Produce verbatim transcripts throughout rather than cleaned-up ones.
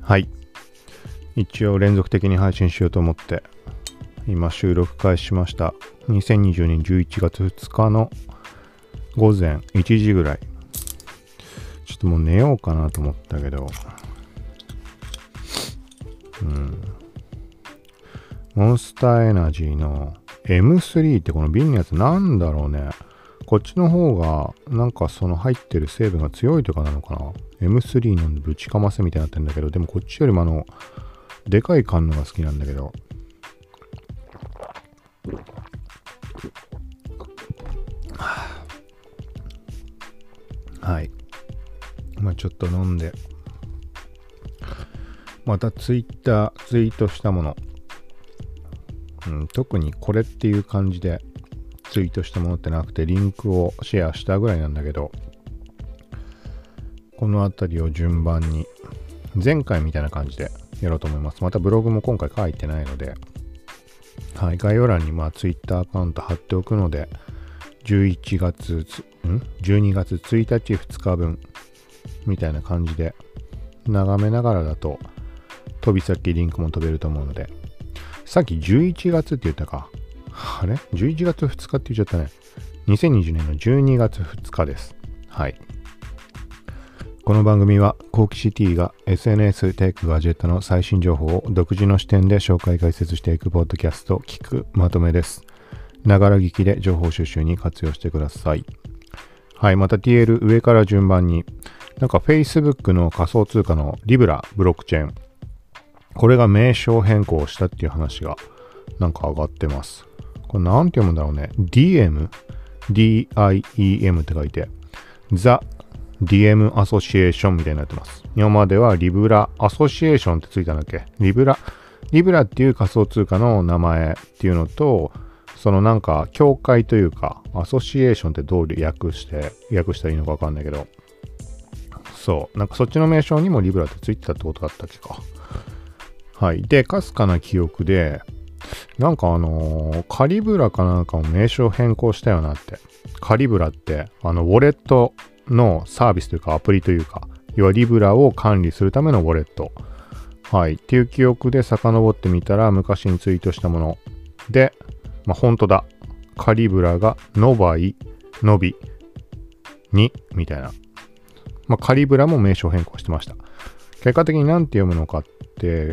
はい。一応連続的に配信しようと思って、今収録開始しました。にせんにじゅうねんじゅういちがつふつかの午前いちじぐらい。ちょっともう寝ようかなと思ったけど、うん。モンスターエナジーの エムスリー ってこの瓶のやつなんだろうね。こっちの方がなんかその入ってる成分が強いとかなのかな。 エムスリー のぶちかませみたいになってるんだけど、でもこっちよりもあのでかい缶のが好きなんだけど、はい。まあちょっと飲んで、またツイッターツイートしたもの、うん、特にこれっていう感じでツイートしたものってなくて、リンクをシェアしたぐらいなんだけど、このあたりを順番に前回みたいな感じでやろうと思います。またブログも今回書いてないので、はい、概要欄にまあツイッターアカウント貼っておくので、じゅういちがつんじゅうにがつついたちふつかぶんみたいな感じで眺めながらだと飛び先リンクも飛べると思うので、さっきじゅういちがつって言ったか、あれ ?じゅういちがつふつかって言っちゃったね。にせんにじゅうねんのじゅうにがつふつかです。はい。この番組はコウキシティが エスエヌエス、テック、ガジェットの最新情報を独自の視点で紹介解説していくポッドキャスト、聞くまとめです。ながら聞きで情報収集に活用してください。はい、また ティーエル 上から順番に、なんか Facebook の仮想通貨のリブラブロックチェーン、これが名称変更したっていう話がなんか上がってます。これなんて読むんだろうね。ディーエム ディーアイイーエム って書いて、ザ・ディーエム アソシエーションみたいになってます。今まではリブラアソシエーションってついたんだっけ。リブラ、リブラっていう仮想通貨の名前っていうのと、そのなんか協会というか、アソシエーションってどう訳して、訳したらいいのかわかんないけど、そう、なんかそっちの名称にもリブラってついてたってことだったっけか。はい。で、かすかな記憶で、なんかあのー、カリブラかなんかも名称変更したよなって。カリブラって、あの、ウォレットのサービスというかアプリというか、要はリブラを管理するためのウォレット。はい。っていう記憶で遡ってみたら、昔にツイートしたもので、まあ、本当だ。カリブラがノバイ、ノビ、に、みたいな。まあ、カリブラも名称変更してました。結果的に何て読むのかって、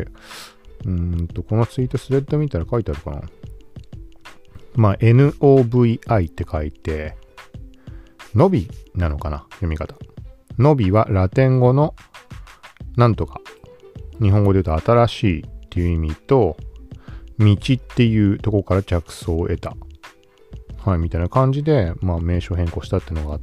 うーんと、このツイートスレッド見たら書いてあるかな。まあ、エヌオーブイアイ って書いて、ノビなのかな読み方。ノビはラテン語のなんとか。日本語で言うと新しいっていう意味と、道っていうところから着想を得た。はい、みたいな感じで、まあ、名称変更したっていうのがあって、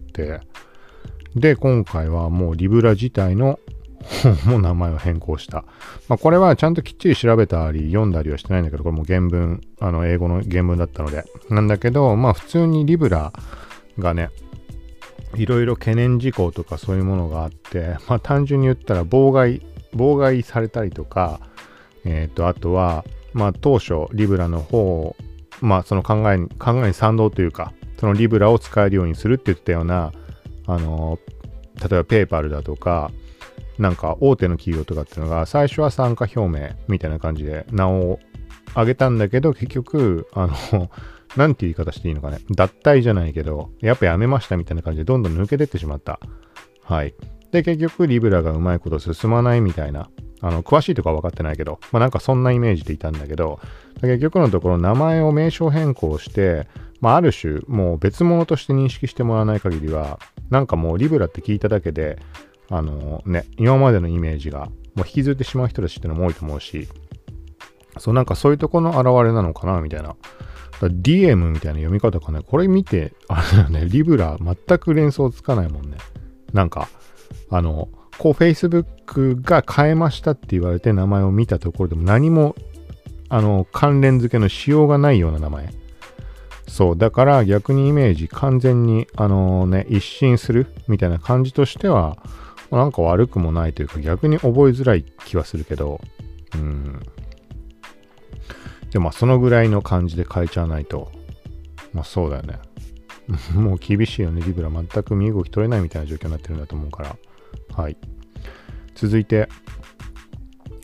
で、今回はもうリブラ自体の本も名前を変更した。まあ、これはちゃんときっちり調べたり読んだりはしてないんだけど、これも原文、あの、英語の原文だったので。なんだけど、まあ、普通にリブラがね、いろいろ懸念事項とかそういうものがあって、まあ、単純に言ったら妨害、妨害されたりとか、えっと、あとは、まあ、当初、リブラの方、まあ、その考えに、考えに賛同というか、そのリブラを使えるようにするって言ったような、あの、例えばペイパルだとか、なんか大手の企業とかっていうのが、最初は参加表明みたいな感じで名を挙げたんだけど、結局、あの、なんていう言い方していいのかね。脱退じゃないけど、やっぱやめましたみたいな感じでどんどん抜けてってしまった。はい。で、結局、リブラがうまいこと進まないみたいな、あの、詳しいとかは分かってないけど、まあなんかそんなイメージでいたんだけど、結局のところ名前を名称変更して、まあある種、もう別物として認識してもらわない限りは、なんかもうリブラって聞いただけで、あのね、今までのイメージがもう引きずってしまう人たちってのも多いと思うし、そうなんかそういうところの表れなのかなみたいな。ディーエム みたいな読み方かね、これ見て、あれだよね、リブラ全く連想つかないもんね。なんか、あの、こう Facebook が変えましたって言われて名前を見たところでも何も、あの、関連付けのしようがないような名前。そう、だから逆にイメージ完全に、あのね、一新するみたいな感じとしては、なんか悪くもないというか逆に覚えづらい気はするけど、うん。でもまあそのぐらいの感じで変えちゃわないと、まあそうだよね。もう厳しいよね。リブラ全く身動き取れないみたいな状況になってるんだと思うから。はい。続いて、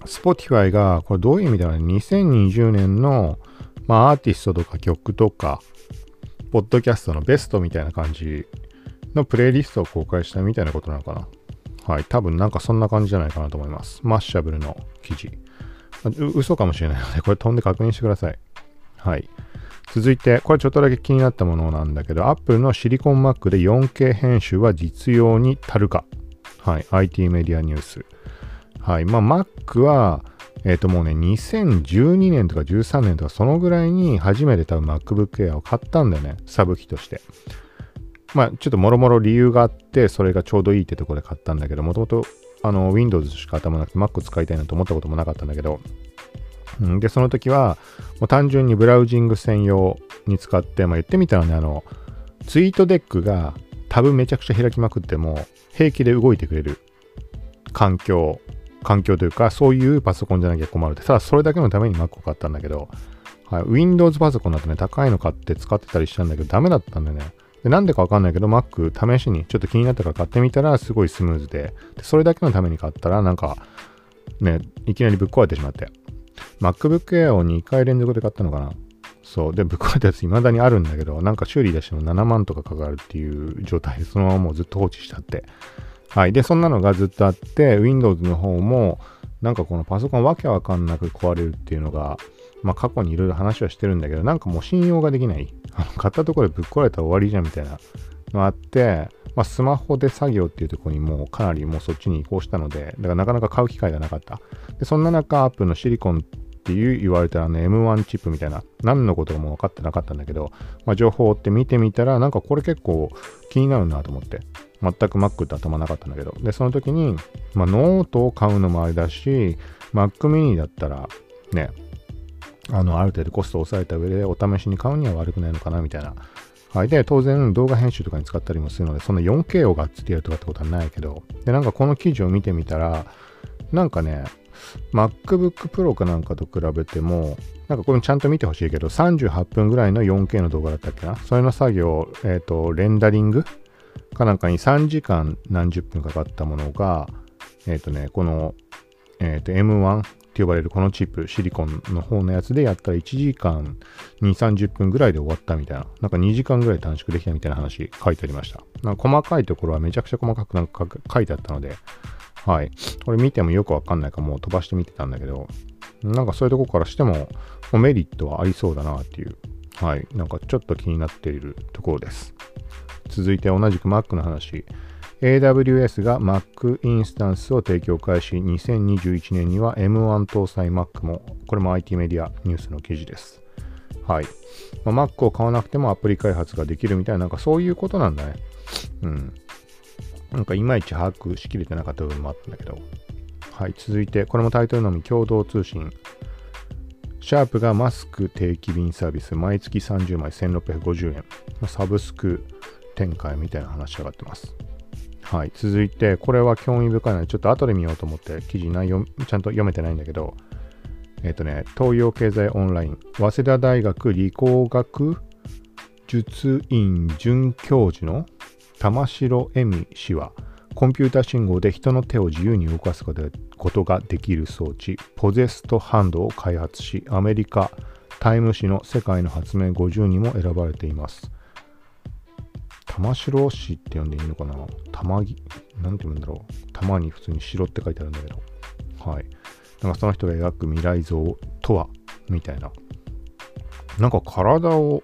Spotify が、これどういう意味だろうね。にせんにじゅうねんの、まあ、アーティストとか曲とか、ポッドキャストのベストみたいな感じのプレイリストを公開したみたいなことなのかな。はい。多分なんかそんな感じじゃないかなと思います。マッシャブルの記事。う嘘かもしれないので、これ飛んで確認してください。はい。続いて、これちょっとだけ気になったものなんだけど、Apple のシリコン Mac で よんケー 編集は実用に足るか。はい。アイティー メディアニュース。はい。まあ、Mac は、えっともうね、にせんじゅうにねんとかじゅうさんねんとかそのぐらいに初めて多分 MacBook Air を買ったんだよね。サブ機として。まあ、ちょっともろもろ理由があって、それがちょうどいいってところで買ったんだけど、もともとあの Windows しか頭なくて Mac 使いたいなと思ったこともなかったんだけど、うん、で、その時はもう単純にブラウジング専用に使って、まあ、言ってみたらね、あの、ツイートデックがタブめちゃくちゃ開きまくっても平気で動いてくれる環境、環境というか、そういうパソコンじゃなきゃ困るって、ただそれだけのために Mac を買ったんだけど、はい、Windows パソコンだとね、高いの買って使ってたりしたんだけど、ダメだったんだよね。で、なんでかわかんないけど、Mac 試しにちょっと気になったから買ってみたら、すごいスムーズで、でそれだけのために買ったら、なんか、ね、いきなりぶっ壊れてしまって。MacBook Air をにかい連続で買ったのかな。そう。で、ぶっ壊れたやつ未だにあるんだけど、なんか修理出してもななまんとかかかるっていう状態で、そのままもうずっと放置しちゃって。はい。で、そんなのがずっとあって、Windows の方も、なんかこのパソコンわけわかんなく壊れるっていうのが、まあ過去にいろいろ話はしてるんだけど、なんかもう信用ができない。あの買ったところでぶっ壊れたら終わりじゃんみたいなのあって、まあスマホで作業っていうところにもうかなりもうそっちに移行したので、だからなかなか買う機会がなかった。で、そんな中、Apple のシリコンっていう言われたあの エムワン チップみたいな、何のことかも分かってなかったんだけど、まあ情報って見てみたら、なんかこれ結構気になるなと思って。全く Mac って頭なかったんだけど。で、その時に、まあノートを買うのもあれだし、Mac mini だったら、ね、あの、ある程度コストを抑えた上でお試しに買うには悪くないのかなみたいな。はい。で、当然動画編集とかに使ったりもするので、そんな よんケー をがっつりやるとかってことはないけど、で、なんかこの記事を見てみたら、なんかね、MacBook Pro かなんかと比べても、なんかこれちゃんと見てほしいけど、さんじゅうはっぷんぐらいの よんケー の動画だったっけな。それの作業、えっと、レンダリングかなんかにさんじかん何十分かかったものが、えっとね、この、えっと、エムワン って呼ばれるこのチップ、シリコンの方のやつでやったらいちじかんに、さんじゅっぷんぐらいで終わったみたいな。なんかにじかんぐらい短縮できたみたいな話書いてありました。なんか細かいところはめちゃくちゃ細かくなんか書いてあったので、はい。これ見てもよくわかんないからもう飛ばして見てたんだけど、なんかそういうとこからしてもメリットはありそうだなっていう、はい。なんかちょっと気になっているところです。続いて同じく Mac の話。エーダブリューエス が Mac インスタンスを提供開始、にせんにじゅういちねんには エムワン 搭載 Mac も、これも アイティー メディアニュースの記事です。はい。まあ、Mac を買わなくてもアプリ開発ができるみたいな、なんかそういうことなんだね。うん。なんかいまいち把握しきれてなかった部分もあったんだけど。はい。続いて、これもタイトルのみ共同通信。シャープがマスク定期便サービス、毎月さんじゅうまいせんろっぴゃくごじゅうえん。サブスク展開みたいな話が上がってます。はい。続いて、これは興味深いので、ちょっと後で見ようと思って、記事内容、ちゃんと読めてないんだけど、えっとね、東洋経済オンライン、早稲田大学理工学術院准教授の玉城恵美氏は、コンピュータ信号で人の手を自由に動かすことができる装置、ポゼストハンドを開発し、アメリカタイム誌の世界の発明ごじゅうにも選ばれています。玉城氏って呼んでいいのかな、玉木、なんて言うんだろう。玉に普通に城って書いてあるんだけど。はい。なんかその人が描く未来像とはみたいな。なんか体を、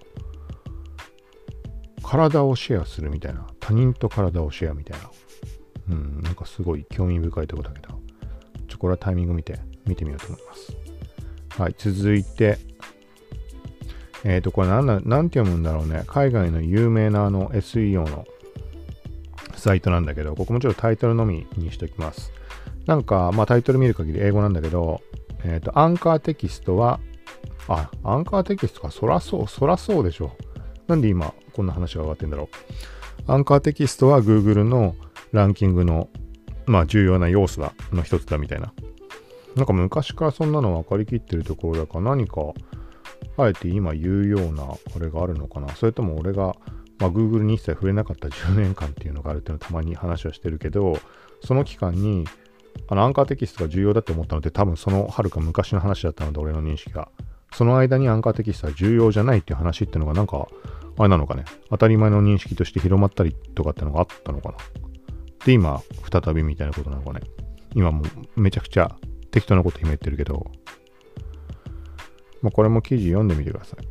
体をシェアするみたいな。他人と体をシェアみたいな。うん、なんかすごい興味深いところだけど。ちょ、これはタイミング見て、見てみようと思います。はい。続いて、えっと、これなんだ、なんて読むんだろうね。海外の有名なあの エスイーオー のサイトなんだけど、ここもちょっとタイトルのみにしておきます。なんか、まあタイトル見る限り英語なんだけど、えっと、アンカーテキストは、あ、アンカーテキストか、そらそう、そらそうでしょ。なんで今、こんな話が上がってんだろう。アンカーテキストは Google のランキングの、まあ重要な要素だ、の一つだみたいな。なんか昔からそんなの分かりきってるところだから何か、あえて今言うようなあれがあるのかな。それとも俺が、まあ、Google に一切触れなかったじゅうねんかんっていうのがあるっていうのをたまに話はしてるけど、その期間にあのアンカーテキストが重要だって思ったので、多分そのはるか昔の話だったので、俺の認識が。その間にアンカーテキストは重要じゃないっていう話っていうのがなんか、あれなのかね。当たり前の認識として広まったりとかってのがあったのかな。で、今、再びみたいなことなのかね。今もうめちゃくちゃ適当なこと言ってるけど、まあ、これも記事読んでみてください。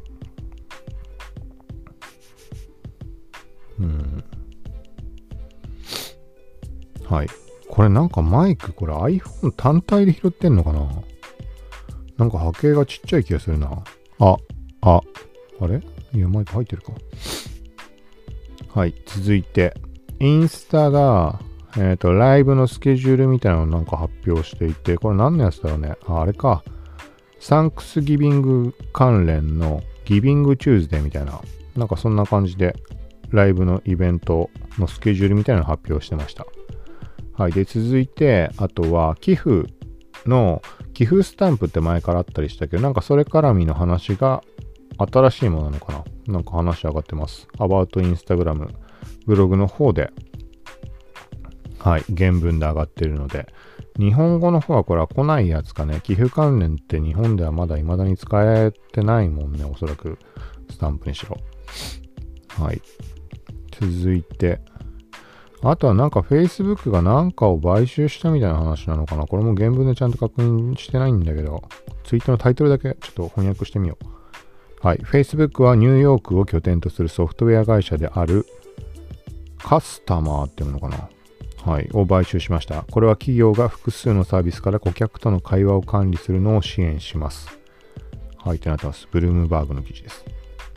うん。はい。これなんかマイク、これ iPhone 単体で拾ってんのかな？なんか波形がちっちゃい気がするな。あ、あ、あれ？いや、マイク入ってるか。はい。続いて、インスタが、えっと、ライブのスケジュールみたいなのをなんか発表していて、これ何のやつだろうね。あ、あれか。サンクスギビング関連のギビングチューズデーみたいな、なんかそんな感じで、ライブのイベントのスケジュールみたいなのを発表してました。はい。で、続いて、あとは、寄付の、寄付スタンプって前からあったりしたけど、なんかそれ絡みの話が新しいものなのかな？なんか話上がってます。About Instagram、ブログの方で、はい、原文で上がってるので、日本語の方はこれは来ないやつかね。寄付関連って日本ではまだ未だに使えてないもんね。おそらく、スタンプにしろ。はい。続いて、あとはなんか Facebook がなんかを買収したみたいな話なのかな。これも原文でちゃんと確認してないんだけど、ツイートのタイトルだけちょっと翻訳してみよう。はい。Facebook はニューヨークを拠点とするソフトウェア会社であるカスタマーっていうのかな。はい。を買収しました。これは企業が複数のサービスから顧客との会話を管理するのを支援します。はい。ってなってます。ブルームバーグの記事です。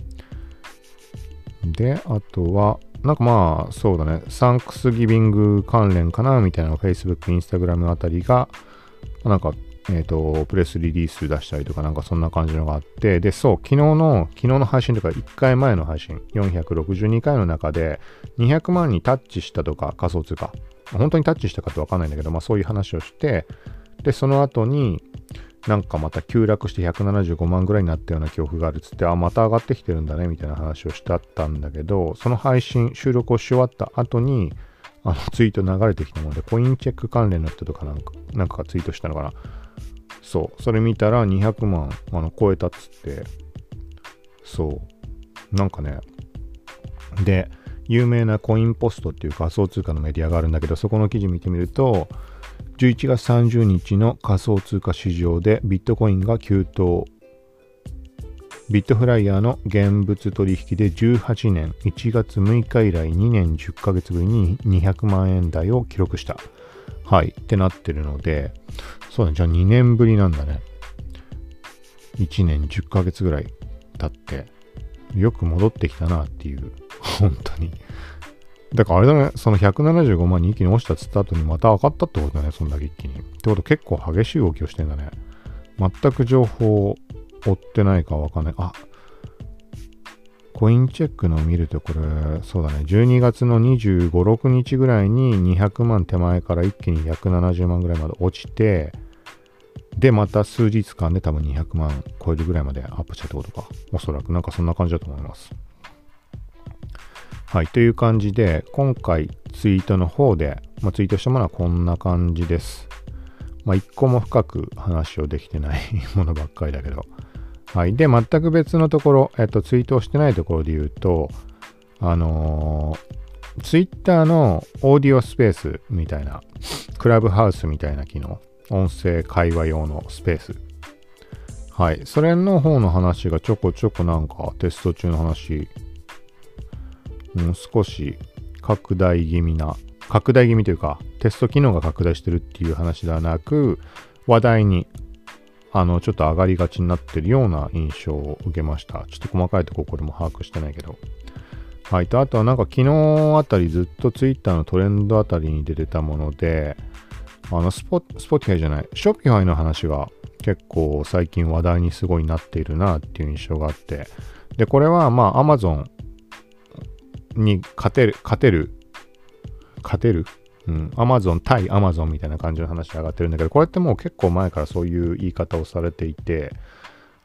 で、あとは、なんかまあ、そうだね。サンクスギビング関連かなみたいな Facebook、Instagram あたりが、なんか、えっと、プレスリリース出したりとか、なんかそんな感じのがあって、で、そう、昨日の、昨日の配信とかいっかいまえの配信、よんひゃくろくじゅうにかいの中で、にひゃくまんにタッチしたとか、仮想通貨。本当にタッチしたかってわかんないんだけど、まあそういう話をして、で、その後に、なんかまた急落してひゃくななじゅうごまんぐらいになったような記憶があるっつって、あ、また上がってきてるんだね、みたいな話をしてあったんだけど、その配信、収録をし終わった後に、あのツイート流れてきたので、コインチェック関連の人とかなんか、なんかツイートしたのかな。そう。それ見たらにひゃくまん、あの、超えたっつって、そう。なんかね、で、有名なコインポストっていう仮想通貨のメディアがあるんだけど、そこの記事見てみると、じゅういちがつさんじゅうにちの仮想通貨市場でビットコインが急騰。ビットフライヤーの現物取引でじゅうはちねんいちがつむいか以来にねんじゅっかげつぶりににひゃくまんえん台を記録した。はい。ってなってるので、そうだね。じゃあにねんぶりなんだね。いちねんじゅっかげつぐらい経って、よく戻ってきたなっていう。本当に。だからあれだね、そのひゃくななじゅうごまんに一気に落ちたっつった後にまた上がったってことだね、そんだけ一気に。ってこと結構激しい動きをしてんだね。全く情報を追ってないかわかんない。あ、コインチェックのを見るとこれ、そうだね、じゅうにがつのにじゅうご、ろくにちぐらいににひゃくまん手前から一気にひゃくななじゅうまんぐらいまで落ちて、で、また数日間で多分にひゃくまん超えるぐらいまでアップしたってことか。おそらくなんかそんな感じだと思います。はい。という感じで、今回ツイートの方で、まあ、ツイートしたものはこんな感じです。まあ、一個も深く話をできてないものばっかりだけど。はい。で、全く別のところ、えっと、ツイートをしてないところで言うと、あのー、ツイッターのオーディオスペースみたいな、クラブハウスみたいな機能、音声会話用のスペース。はい。それの方の話がちょこちょこなんかテスト中の話、うん、少し拡大気味な、拡大気味というか、テスト機能が拡大してるっていう話ではなく、話題に、あの、ちょっと上がりがちになってるような印象を受けました。ちょっと細かいとここれも把握してないけど。はい。と、あとはなんか昨日あたりずっとツイッターのトレンドあたりに出てたもので、あの、スポ、スポティファイじゃない、ショピファイの話が結構最近話題にすごいなっているなっていう印象があって、で、これはまあ Amazon に勝てる、勝てる、勝てるうん、Amazon 対 Amazon みたいな感じの話が上がってるんだけど、これってもう結構前からそういう言い方をされていて、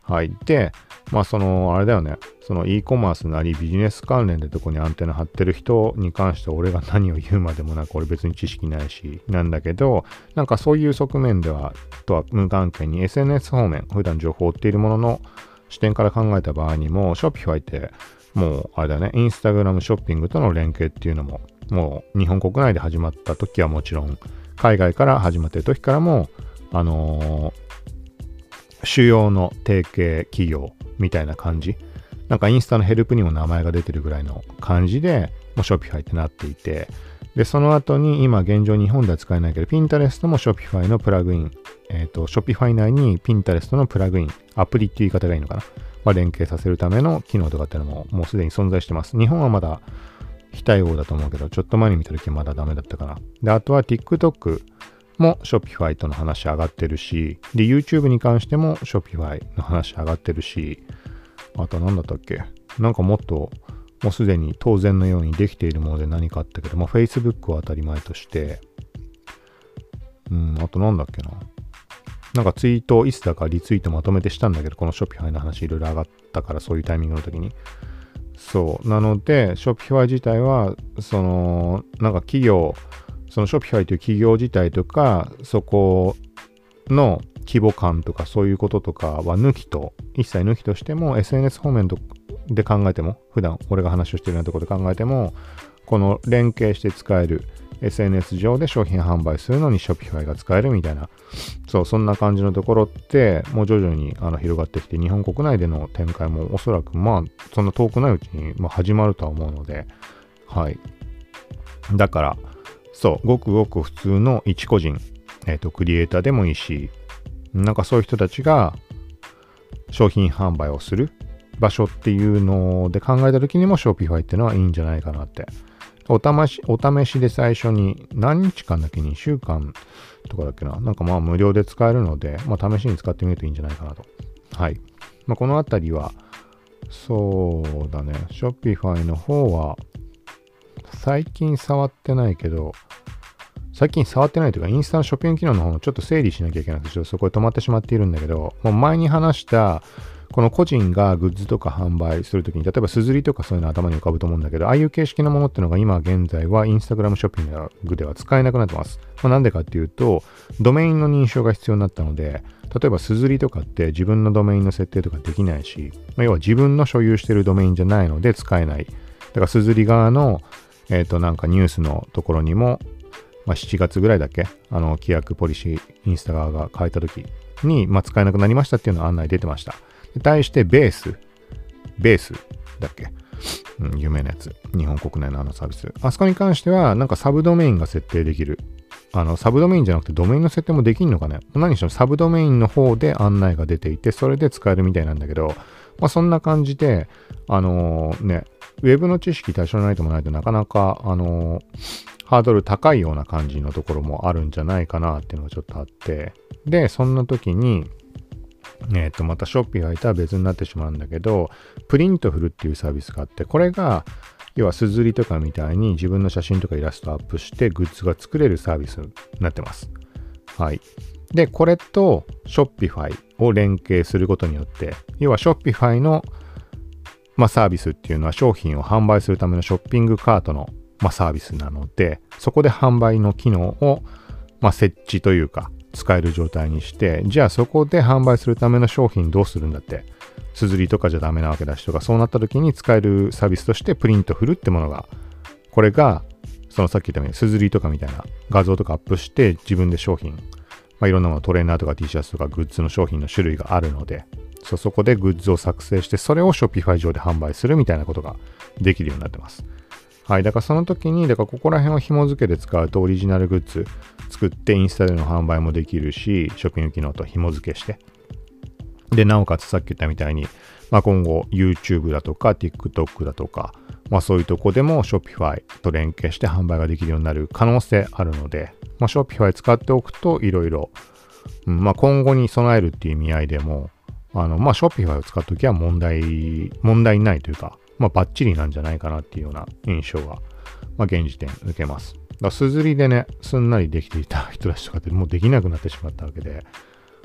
はい。で、まあその、あれだよね。その e コマースなりビジネス関連でとこにアンテナ張ってる人に関しては俺が何を言うまでもなく、俺別に知識ないし、なんだけど、なんかそういう側面では、とは無関係に エスエヌエス 方面、普段情報を追っているものの視点から考えた場合にも、Shopify ってもうあれだね、インスタグラムショッピングとの連携っていうのも、もう日本国内で始まった時はもちろん、海外から始まってる時からも、あのー主要の提携企業みたいな感じ。なんかインスタのヘルプにも名前が出てるぐらいの感じで、もう Shopify ってなっていて、で、その後に今現状日本では使えないけど、Pinterest も Shopify のプラグイン、えっと、Shopify 内に Pinterest のプラグイン、アプリっていう言い方がいいのかな。まあ、連携させるための機能とかっていうのももうすでに存在してます。日本はまだ非対応だと思うけど、ちょっと前に見た時はまだダメだったかな。で、あとは TikTok。も Shopify との話上がってるし、で、YouTube に関しても Shopify の話上がってるし、あと何だったっけ？なんかもっと、もうすでに当然のようにできているもので何かあったけど、まあ Facebook は当たり前として、うん、あとなんだっけな。なんかツイートいつだかリツイートまとめてしたんだけど、この Shopify の話いろいろ上がったから、そういうタイミングの時に。そう。なので、Shopify 自体は、その、なんか企業、その Shopify という企業自体とか、そこの規模感とかそういうこととかは抜きと、一切抜きとしても エスエヌエス 方面で考えても、普段俺が話をしているようなところで考えても、この連携して使える エスエヌエス 上で商品販売するのに Shopify が使えるみたいな、そう、そんな感じのところって、もう徐々にあの広がってきて、日本国内での展開もおそらく、まあ、そんな遠くないうちに、まあ、始まるとは思うので、はい。だから、そう、ごくごく普通の一個人、えっと、クリエイターでもいいし、なんかそういう人たちが商品販売をする場所っていうので考えたときにも Shopify っていうのはいいんじゃないかなって。お試し、お試しで最初に何日間だけにしゅうかんとかだっけな。なんかまあ無料で使えるので、まあ試しに使ってみるといいんじゃないかなと。はい。まあこのあたりは、そうだね。Shopify の方は、最近触ってないけど、最近触ってないというか、インスタのショッピング機能の方もちょっと整理しなきゃいけなくて、ちょっとそこで止まってしまっているんだけど、もう前に話した、この個人がグッズとか販売するときに、例えばすずりとかそういうの頭に浮かぶと思うんだけど、ああいう形式のものっていうのが今現在はインスタグラムショッピングでは使えなくなってます。まあ、なんでかっていうと、ドメインの認証が必要になったので、例えばすずりとかって自分のドメインの設定とかできないし、まあ、要は自分の所有しているドメインじゃないので使えない。だからすずり側のえっと、なんかニュースのところにも、まあ、しちがつぐらいだっけあの、規約ポリシー、インスタ側が変えたときに、まあ、使えなくなりましたっていうの案内出てました。で対して、ベース、ベースだっけうん、有名なやつ。日本国内のあのサービス。あそこに関しては、なんかサブドメインが設定できる。あの、サブドメインじゃなくてドメインの設定もできんのかね。何しろサブドメインの方で案内が出ていて、それで使えるみたいなんだけど、まあ、そんな感じで、あのー、ね、ウェブの知識多少ないともないとなかなか、あのー、ハードル高いような感じのところもあるんじゃないかなっていうのがちょっとあって、で、そんな時に、えっと、また Shopify とは別になってしまうんだけど、プリントフルっていうサービスがあって、これが、要はすずりとかみたいに自分の写真とかイラストアップしてグッズが作れるサービスになってます。はい。で、これと Shopify を連携することによって、要は Shopify の、まあ、サービスっていうのは商品を販売するためのショッピングカートの、まあ、サービスなので、そこで販売の機能を、まあ、設置というか使える状態にして、じゃあそこで販売するための商品どうするんだって、すずりとかじゃダメなわけだしとか、そうなった時に使えるサービスとしてプリントフルってものが、これが、そのさっき言ったようにすずりとかみたいな画像とかアップして自分で商品、まあ、いろんなものトレーナーとか T シャツとかグッズの商品の種類があるので、そ, そこでグッズを作成して、それを Shopify 上で販売するみたいなことができるようになってます。はい。だからその時に、だからここら辺を紐付けて使うとオリジナルグッズ作ってインスタでの販売もできるし、ショッピング機能と紐付けして。で、なおかつさっき言ったみたいに、まあ、今後 YouTube だとか TikTok だとか、まあそういうとこでも Shopify と連携して販売ができるようになる可能性あるので、まあ Shopify 使っておくといろいろ、まあ今後に備えるっていう意味合いでも、あの、まあ Shopify を使うときは問題、問題ないというか、まあバッチリなんじゃないかなっていうような印象が、まあ現時点受けます。だからすずりでね、すんなりできていた人たちとかってもうできなくなってしまったわけで、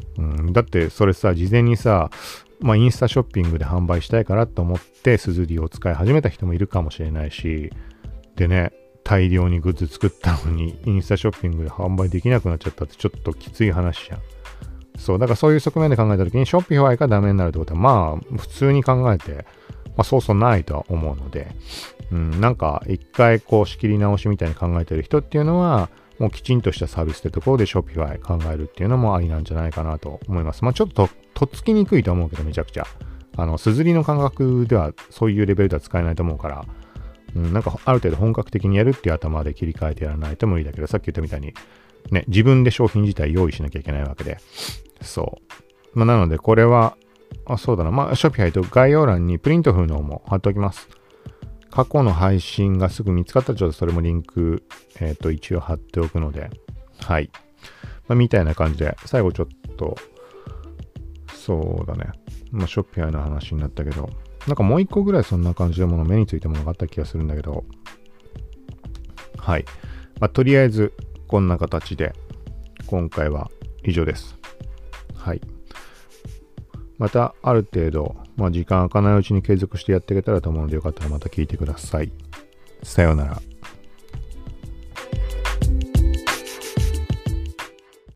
うん、だってそれさ、事前にさ、まあインスタショッピングで販売したいからと思ってスズリを使い始めた人もいるかもしれないし、でね、大量にグッズ作ったのにインスタショッピングで販売できなくなっちゃったってちょっときつい話じゃん。そう、だからそういう側面で考えたときにショッピファイがダメになるってことは、まあ普通に考えて、まあそうそうないとは思うので、うん、なんか一回こう仕切り直しみたいに考えてる人っていうのは、もうきちんとしたサービスってところでショッピファイ考えるっていうのもありなんじゃないかなと思います。まあちょっととっつきにくいと思うけど、めちゃくちゃ。あの、すずりの感覚ではそういうレベルでは使えないと思うから、うん、なんかある程度本格的にやるっていう頭で切り替えてやらないと無理だけど、さっき言ったみたいに、ね、自分で商品自体用意しなきゃいけないわけで。そう。まあなのでこれは、あ、そうだな。まあ、ショッピファイと概要欄にプリント風の方も貼っておきます。過去の配信がすぐ見つかったらちょっとそれもリンク、えっと、一応貼っておくので、はい。まあ、みたいな感じで、最後ちょっと、そうだね。まあ、ショッピファイの話になったけど、なんかもう一個ぐらいそんな感じのもの、目についたものがあった気がするんだけど、はい。まあ、とりあえず、こんな形で、今回は以上です。はい。また、ある程度、まあ、時間空かないうちに継続してやっていけたらと思うので、よかったらまた聞いてください。さようなら。